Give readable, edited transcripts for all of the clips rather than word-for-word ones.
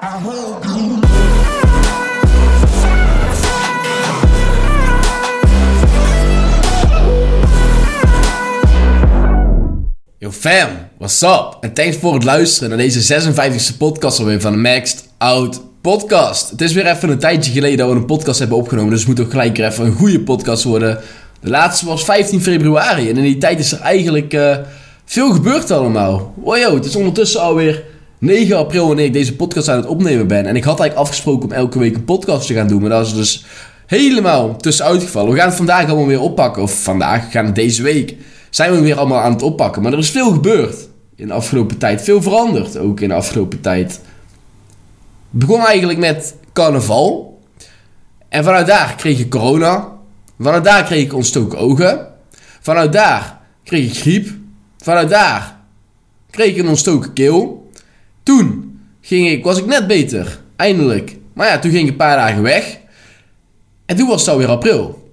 Yo fam, what's up? En thanks voor het luisteren naar deze 56e podcast alweer van de Maxed Out Podcast. Het is weer even een tijdje geleden dat we een podcast hebben opgenomen, dus het moet ook gelijk weer even een goede podcast worden. De laatste was 15 februari en in die tijd is er eigenlijk veel gebeurd allemaal. Wow, het is ondertussen alweer 9 april wanneer ik deze podcast aan het opnemen ben. En ik had eigenlijk afgesproken om elke week een podcast te gaan doen, maar dat is dus helemaal tussenuit gevallen. We gaan het vandaag allemaal weer oppakken, of vandaag, gaan het deze week, zijn we weer allemaal aan het oppakken. Maar er is veel gebeurd in de afgelopen tijd, veel veranderd ook in de afgelopen tijd. Het begon eigenlijk met carnaval. En vanuit daar kreeg je corona. Vanuit daar kreeg ik ontstoken ogen. Vanuit daar kreeg ik griep. Vanuit daar kreeg ik een ontstoken keel. Toen was ik net beter, eindelijk. Maar ja, toen ging ik een paar dagen weg. En toen was het alweer april.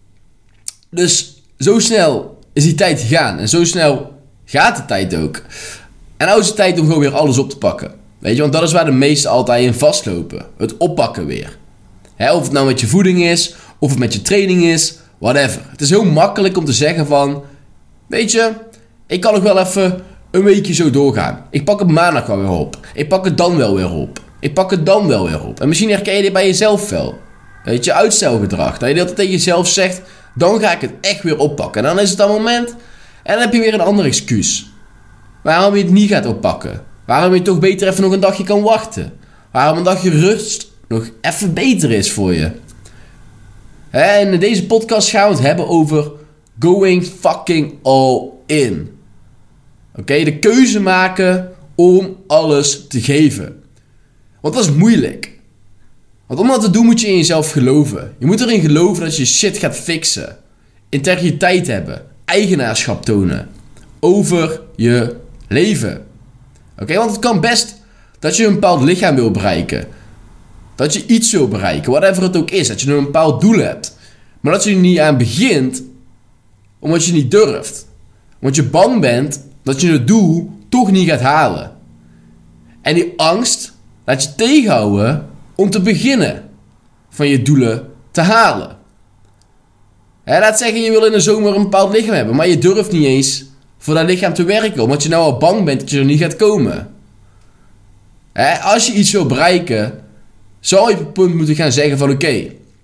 Dus zo snel is die tijd gegaan. En zo snel gaat de tijd ook. En nou is het tijd om gewoon weer alles op te pakken. Weet je, want dat is waar de meesten altijd in vastlopen. Het oppakken weer. Of het nou met je voeding is, of het met je training is, whatever. Het is heel makkelijk om te zeggen van, weet je, ik kan nog wel even een weekje zo doorgaan. Ik pak het maandag wel weer op. Ik pak het dan wel weer op. Ik pak het dan wel weer op. En misschien herken je dit bij jezelf wel. Weet je, uitstelgedrag. Dat je dat tegen jezelf zegt, dan ga ik het echt weer oppakken. En dan is het dat moment en dan heb je weer een ander excuus. Waarom je het niet gaat oppakken. Waarom je toch beter even nog een dagje kan wachten. Waarom een dagje rust nog even beter is voor je. En in deze podcast gaan we het hebben over going fucking all in. Oké, de keuze maken om alles te geven. Want dat is moeilijk. Want om dat te doen moet je in jezelf geloven. Je moet erin geloven dat je shit gaat fixen. Integriteit hebben. Eigenaarschap tonen. Over je leven. Oké, want het kan best dat je een bepaald lichaam wil bereiken. Dat je iets wil bereiken, whatever het ook is. Dat je een bepaald doel hebt. Maar dat je er niet aan begint, omdat je niet durft. Want je bang bent dat je het doel toch niet gaat halen. En die angst laat je tegenhouden om te beginnen van je doelen te halen. Laat zeggen, je wil in de zomer een bepaald lichaam hebben, maar je durft niet eens voor dat lichaam te werken, omdat je nou al bang bent dat je er niet gaat komen. Als je iets wil bereiken, zou je op het punt moeten gaan zeggen van oké,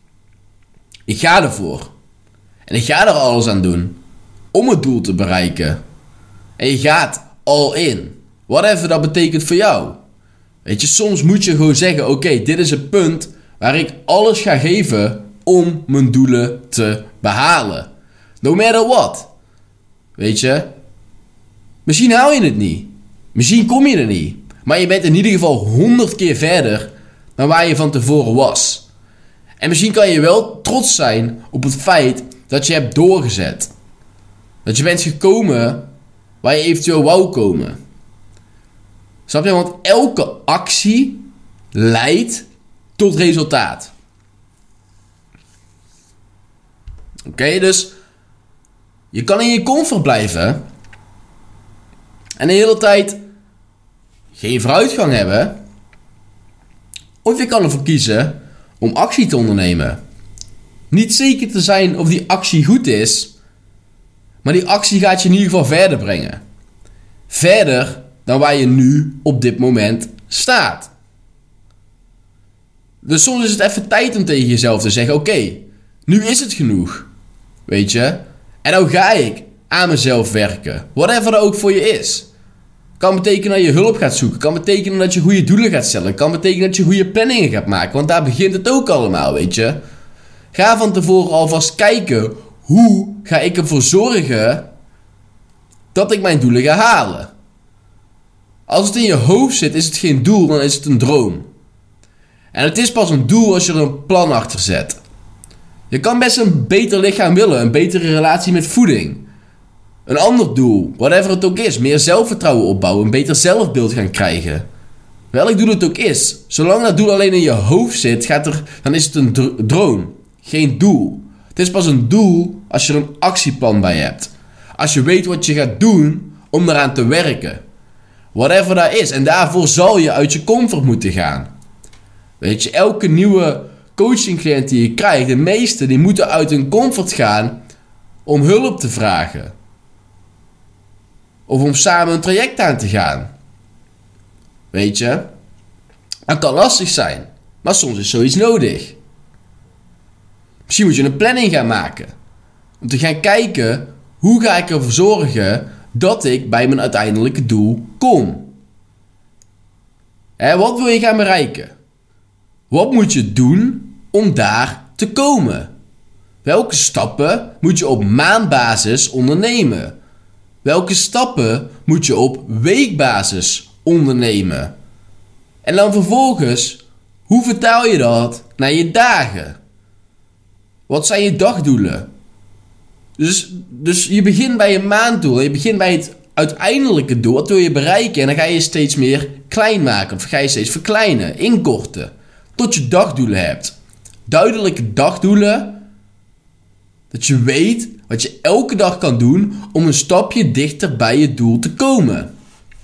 ik ga ervoor. En ik ga er alles aan doen om het doel te bereiken. En je gaat all in. Whatever dat betekent voor jou. Weet je, soms moet je gewoon zeggen oké, dit is het punt waar ik alles ga geven om mijn doelen te behalen. No matter what. Weet je, misschien haal je het niet. Misschien kom je er niet. Maar je bent in ieder geval 100 keer verder dan waar je van tevoren was. En misschien kan je wel trots zijn op het feit dat je hebt doorgezet. Dat je bent gekomen waar je eventueel wou komen. Snap je? Want elke actie leidt tot resultaat. Oké, dus je kan in je comfort blijven en de hele tijd geen vooruitgang hebben. Of je kan ervoor kiezen om actie te ondernemen. Niet zeker te zijn of die actie goed is, maar die actie gaat je in ieder geval verder brengen. Verder dan waar je nu op dit moment staat. Dus soms is het even tijd om tegen jezelf te zeggen oké, nu is het genoeg. Weet je? En nou ga ik aan mezelf werken. Whatever dat ook voor je is. Kan betekenen dat je hulp gaat zoeken. Kan betekenen dat je goede doelen gaat stellen. Kan betekenen dat je goede planningen gaat maken. Want daar begint het ook allemaal, weet je. Ga van tevoren alvast kijken. Hoe ga ik ervoor zorgen dat ik mijn doelen ga halen? Als het in je hoofd zit, is het geen doel, dan is het een droom. En het is pas een doel als je er een plan achter zet. Je kan best een beter lichaam willen. Een betere relatie met voeding. Een ander doel, whatever het ook is. Meer zelfvertrouwen opbouwen, een beter zelfbeeld gaan krijgen. Welk doel het ook is. Zolang dat doel alleen in je hoofd zit, dan is het een droom. Geen doel. Het is pas een doel als je er een actieplan bij hebt. Als je weet wat je gaat doen om eraan te werken. Whatever dat is. En daarvoor zal je uit je comfort moeten gaan. Weet je, elke nieuwe coaching cliënt die je krijgt, de meesten die moeten uit hun comfort gaan om hulp te vragen. Of om samen een traject aan te gaan. Weet je? Dat kan lastig zijn. Maar soms is zoiets nodig. Misschien moet je een planning gaan maken. Om te gaan kijken, hoe ga ik ervoor zorgen dat ik bij mijn uiteindelijke doel kom? Wat wil je gaan bereiken? Wat moet je doen om daar te komen? Welke stappen moet je op maandbasis ondernemen? Welke stappen moet je op weekbasis ondernemen? En dan vervolgens, hoe vertaal je dat naar je dagen? Wat zijn je dagdoelen? Dus je begint bij een maanddoel. Je begint bij het uiteindelijke doel. Wat wil je bereiken? En dan ga je steeds meer klein maken. Of ga je steeds verkleinen, inkorten. Tot je dagdoelen hebt. Duidelijke dagdoelen. Dat je weet wat je elke dag kan doen om een stapje dichter bij je doel te komen.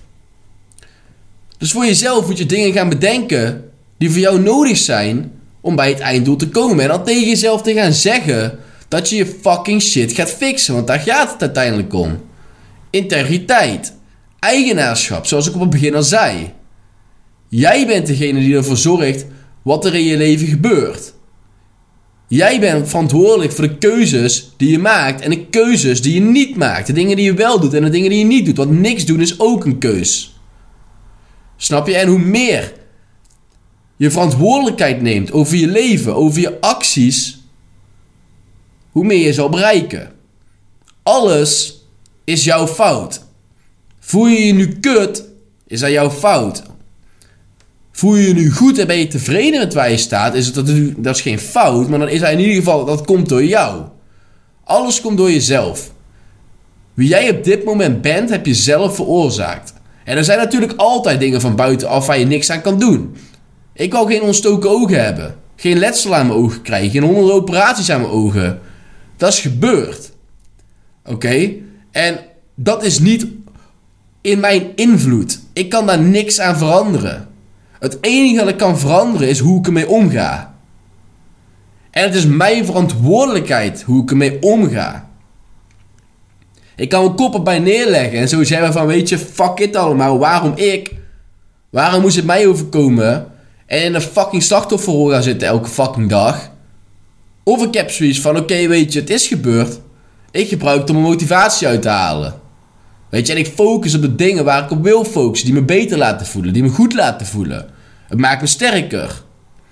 Dus voor jezelf moet je dingen gaan bedenken die voor jou nodig zijn om bij het einddoel te komen. En dan tegen jezelf te gaan zeggen dat je je fucking shit gaat fixen. Want daar gaat het uiteindelijk om. Integriteit. Eigenaarschap, zoals ik op het begin al zei. Jij bent degene die ervoor zorgt wat er in je leven gebeurt. Jij bent verantwoordelijk voor de keuzes die je maakt en de keuzes die je niet maakt. De dingen die je wel doet en de dingen die je niet doet. Want niks doen is ook een keus. Snap je? En hoe meer je verantwoordelijkheid neemt over je leven, over je acties, hoe meer je zal bereiken. Alles is jouw fout. Voel je je nu kut, is dat jouw fout. Voel je je nu goed en ben je tevreden met waar je staat, dat is geen fout, maar dan is dat in ieder geval, dat komt door jou. Alles komt door jezelf. Wie jij op dit moment bent, heb je zelf veroorzaakt. En er zijn natuurlijk altijd dingen van buitenaf waar je niks aan kan doen. Ik wou geen ontstoken ogen hebben. Geen letsel aan mijn ogen krijgen. Geen 100 operaties aan mijn ogen. Dat is gebeurd. Oké? En dat is niet in mijn invloed. Ik kan daar niks aan veranderen. Het enige dat ik kan veranderen is hoe ik ermee omga. En het is mijn verantwoordelijkheid hoe ik ermee omga. Ik kan mijn kop erbij neerleggen en zo zeggen van, weet je, fuck it allemaal. Waarom ik? Waarom moest het mij overkomen? En in een fucking slachtofferrol gaan zitten elke fucking dag. Of ik heb zoiets van, oké, weet je, het is gebeurd. Ik gebruik het om mijn motivatie uit te halen. Weet je, en ik focus op de dingen waar ik op wil focussen. Die me beter laten voelen, die me goed laten voelen. Het maakt me sterker.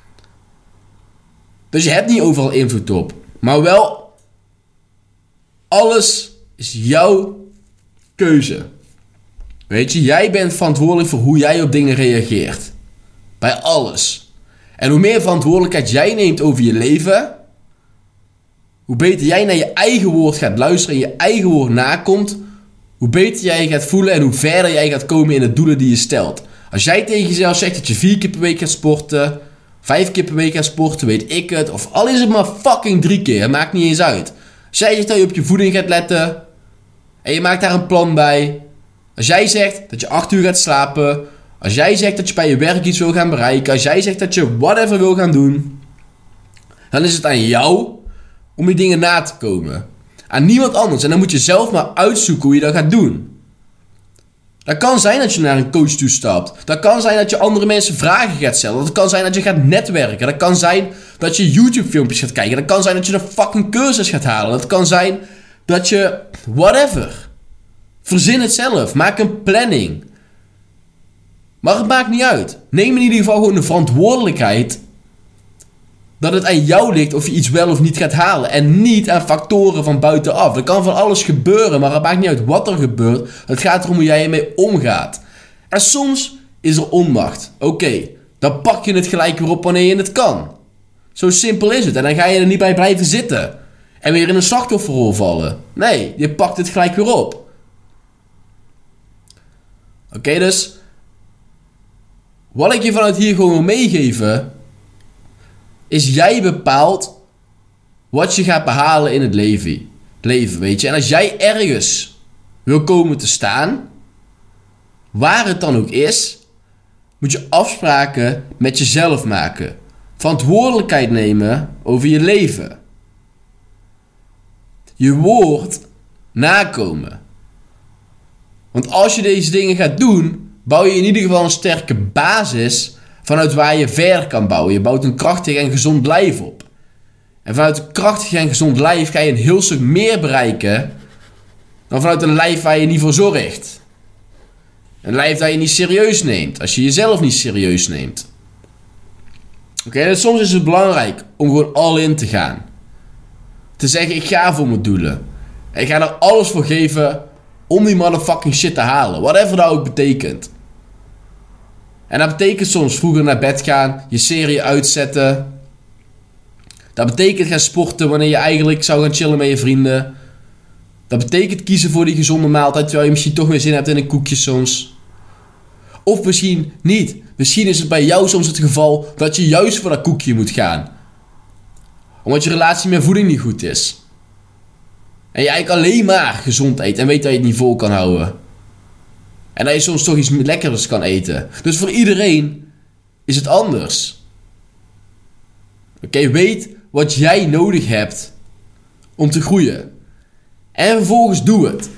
Dus je hebt niet overal invloed op. Maar wel, alles is jouw keuze. Weet je, jij bent verantwoordelijk voor hoe jij op dingen reageert. Bij alles. En hoe meer verantwoordelijkheid jij neemt over je leven, hoe beter jij naar je eigen woord gaat luisteren en je eigen woord nakomt, hoe beter jij je gaat voelen en hoe verder jij gaat komen in de doelen die je stelt. Als jij tegen jezelf zegt dat je 4 keer per week gaat sporten, 5 keer per week gaat sporten, weet ik het. Of al is het maar fucking 3 keer, het maakt niet eens uit. Als jij zegt dat je op je voeding gaat letten en je maakt daar een plan bij. Als jij zegt dat je 8 uur gaat slapen. Als jij zegt dat je bij je werk iets wil gaan bereiken. Als jij zegt dat je whatever wil gaan doen. Dan is het aan jou om die dingen na te komen. Aan niemand anders. En dan moet je zelf maar uitzoeken hoe je dat gaat doen. Dat kan zijn dat je naar een coach toe stapt. Dat kan zijn dat je andere mensen vragen gaat stellen. Dat kan zijn dat je gaat netwerken. Dat kan zijn dat je YouTube filmpjes gaat kijken. Dat kan zijn dat je een fucking cursus gaat halen. Dat kan zijn dat je whatever. Verzin het zelf. Maak een planning. Maar het maakt niet uit. Neem in ieder geval gewoon de verantwoordelijkheid dat het aan jou ligt of je iets wel of niet gaat halen. En niet aan factoren van buitenaf. Er kan van alles gebeuren, maar het maakt niet uit wat er gebeurt. Het gaat erom hoe jij ermee omgaat. En soms is er onmacht. Oké, dan pak je het gelijk weer op wanneer je het kan. Zo simpel is het. En dan ga je er niet bij blijven zitten. En weer in een slachtofferrol vallen. Nee, je pakt het gelijk weer op. Oké, dus wat ik je vanuit hier gewoon wil meegeven, is jij bepaalt wat je gaat behalen in het leven, weet je. En als jij ergens wil komen te staan, waar het dan ook is, moet je afspraken met jezelf maken. Verantwoordelijkheid nemen over je leven. Je woord nakomen. Want als je deze dingen gaat doen, bouw je in ieder geval een sterke basis vanuit waar je verder kan bouwen. Je bouwt een krachtig en gezond lijf op. En vanuit een krachtig en gezond lijf ga je een heel stuk meer bereiken dan vanuit een lijf waar je niet voor zorgt. Een lijf dat je niet serieus neemt, als je jezelf niet serieus neemt. Oké, dus soms is het belangrijk om gewoon all in te gaan. Te zeggen, ik ga voor mijn doelen. En ik ga er alles voor geven om die motherfucking shit te halen. Whatever dat ook betekent. En dat betekent soms vroeger naar bed gaan, je serie uitzetten. Dat betekent gaan sporten wanneer je eigenlijk zou gaan chillen met je vrienden. Dat betekent kiezen voor die gezonde maaltijd, terwijl je misschien toch weer zin hebt in een koekje soms. Of misschien niet. Misschien is het bij jou soms het geval dat je juist voor dat koekje moet gaan. Omdat je relatie met voeding niet goed is. En je eigenlijk alleen maar gezond eet en weet dat je het niet vol kan houden. En dat je soms toch iets lekkers kan eten. Dus voor iedereen is het anders. Oké, weet wat jij nodig hebt om te groeien. En vervolgens doe het.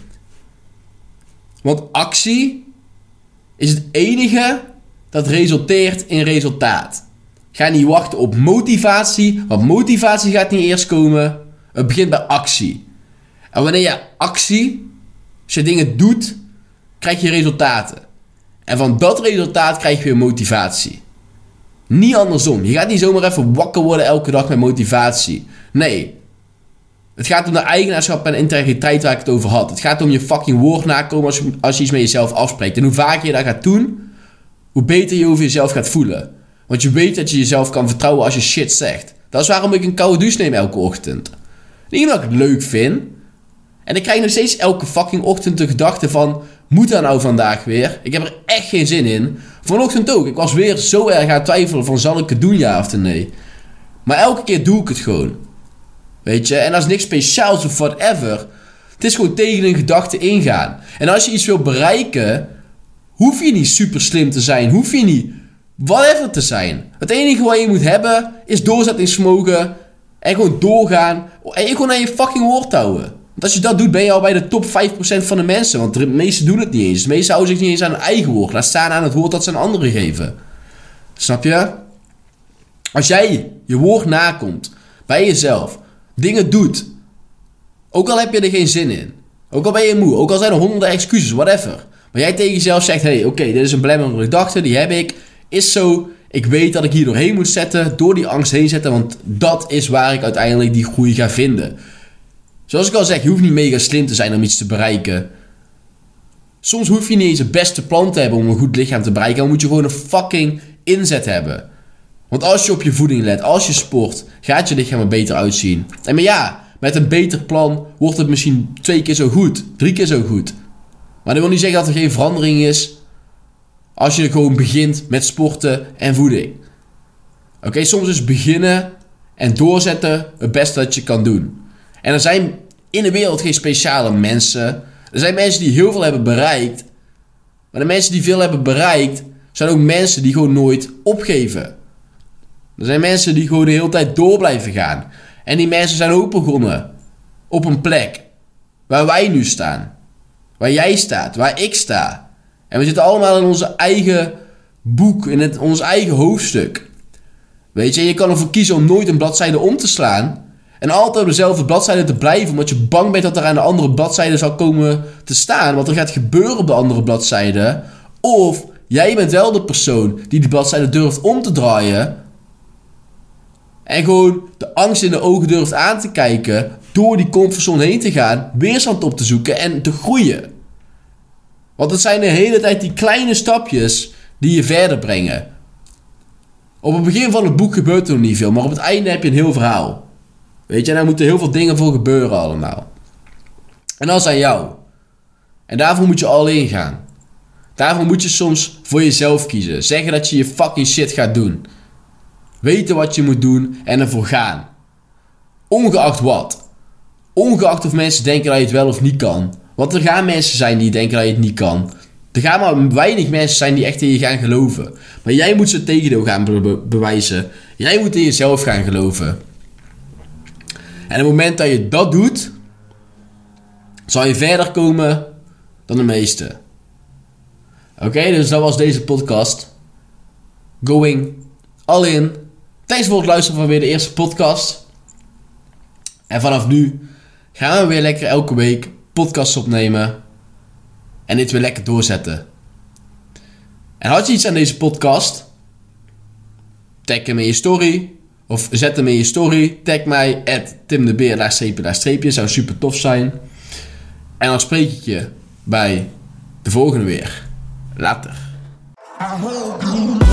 Want actie is het enige dat resulteert in resultaat. Ga niet wachten op motivatie, want motivatie gaat niet eerst komen. Het begint bij actie. En wanneer je actie, als je dingen doet, krijg je resultaten. En van dat resultaat krijg je weer motivatie. Niet andersom. Je gaat niet zomaar even wakker worden elke dag met motivatie. Nee. Het gaat om de eigenaarschap en integriteit waar ik het over had. Het gaat om je fucking woord nakomen als je iets met jezelf afspreekt. En hoe vaker je dat gaat doen, hoe beter je over jezelf gaat voelen. Want je weet dat je jezelf kan vertrouwen als je shit zegt. Dat is waarom ik een koude douche neem elke ochtend. Niet omdat ik het leuk vind. En ik krijg nog steeds elke fucking ochtend de gedachte van, moet dat nou vandaag weer? Ik heb er echt geen zin in. Vanochtend ook. Ik was weer zo erg aan het twijfelen van, zal ik het doen, ja of nee? Maar elke keer doe ik het gewoon. Weet je? En dat is niks speciaals of whatever. Het is gewoon tegen een gedachte ingaan. En als je iets wil bereiken, hoef je niet super slim te zijn. Hoef je niet whatever te zijn. Het enige wat je moet hebben, is doorzettingsvermogen. En gewoon doorgaan. En je gewoon aan je fucking woord houden. Want als je dat doet, ben je al bij de top 5% van de mensen. Want de meesten doen het niet eens. De meesten houden zich niet eens aan hun eigen woord. Laat staan aan het woord dat ze aan anderen geven. Snap je? Als jij je woord nakomt, bij jezelf, dingen doet, ook al heb je er geen zin in, ook al ben je moe, ook al zijn er honderden excuses, whatever. Maar jij tegen jezelf zegt, hey, oké, dit is een belemmerende gedachte, die heb ik, is zo, ik weet dat ik hier doorheen moet zetten, door die angst heen zetten, want dat is waar ik uiteindelijk die groei ga vinden. Zoals ik al zeg, je hoeft niet mega slim te zijn om iets te bereiken. Soms hoef je niet eens het beste plan te hebben om een goed lichaam te bereiken, dan moet je gewoon een fucking inzet hebben. Want als je op je voeding let, als je sport, gaat je lichaam er beter uitzien. En maar ja, met een beter plan wordt het misschien 2 keer zo goed, 3 keer zo goed. Maar dat wil niet zeggen dat er geen verandering is als je gewoon begint met sporten en voeding. Oké, soms is beginnen en doorzetten het beste dat je kan doen. En er zijn in de wereld geen speciale mensen. Er zijn mensen die heel veel hebben bereikt. Maar de mensen die veel hebben bereikt, zijn ook mensen die gewoon nooit opgeven. Er zijn mensen die gewoon de hele tijd door blijven gaan. En die mensen zijn ook begonnen op een plek waar wij nu staan. Waar jij staat, waar ik sta. En we zitten allemaal in onze eigen boek, in ons eigen hoofdstuk. Weet je, je kan ervoor kiezen om nooit een bladzijde om te slaan. En altijd op dezelfde bladzijde te blijven, omdat je bang bent dat er aan de andere bladzijde zal komen te staan. Wat er gaat gebeuren op de andere bladzijde. Of jij bent wel de persoon die bladzijde durft om te draaien. En gewoon de angst in de ogen durft aan te kijken. Door die comfortzone heen te gaan. Weerstand op te zoeken en te groeien. Want het zijn de hele tijd die kleine stapjes die je verder brengen. Op het begin van het boek gebeurt er nog niet veel. Maar op het einde heb je een heel verhaal. Weet je, en daar moeten heel veel dingen voor gebeuren allemaal. En dat is aan jou. En daarvoor moet je alleen gaan. Daarvoor moet je soms voor jezelf kiezen. Zeggen dat je je fucking shit gaat doen. Weten wat je moet doen en ervoor gaan. Ongeacht wat. Ongeacht of mensen denken dat je het wel of niet kan. Want er gaan mensen zijn die denken dat je het niet kan. Er gaan maar weinig mensen zijn die echt in je gaan geloven. Maar jij moet ze tegendeel gaan bewijzen. Jij moet in jezelf gaan geloven. En op het moment dat je dat doet, zal je verder komen dan de meesten. Oké, dus dat was deze podcast. Going all in. Thanks voor het luisteren van weer de eerste podcast. En vanaf nu gaan we weer lekker elke week podcasts opnemen. En dit weer lekker doorzetten. En had je iets aan deze podcast? Tag hem in je story. Of zet hem in je story. Tag mij @timdebeer__. Zou super tof zijn. En dan spreek ik je bij de volgende weer. Later.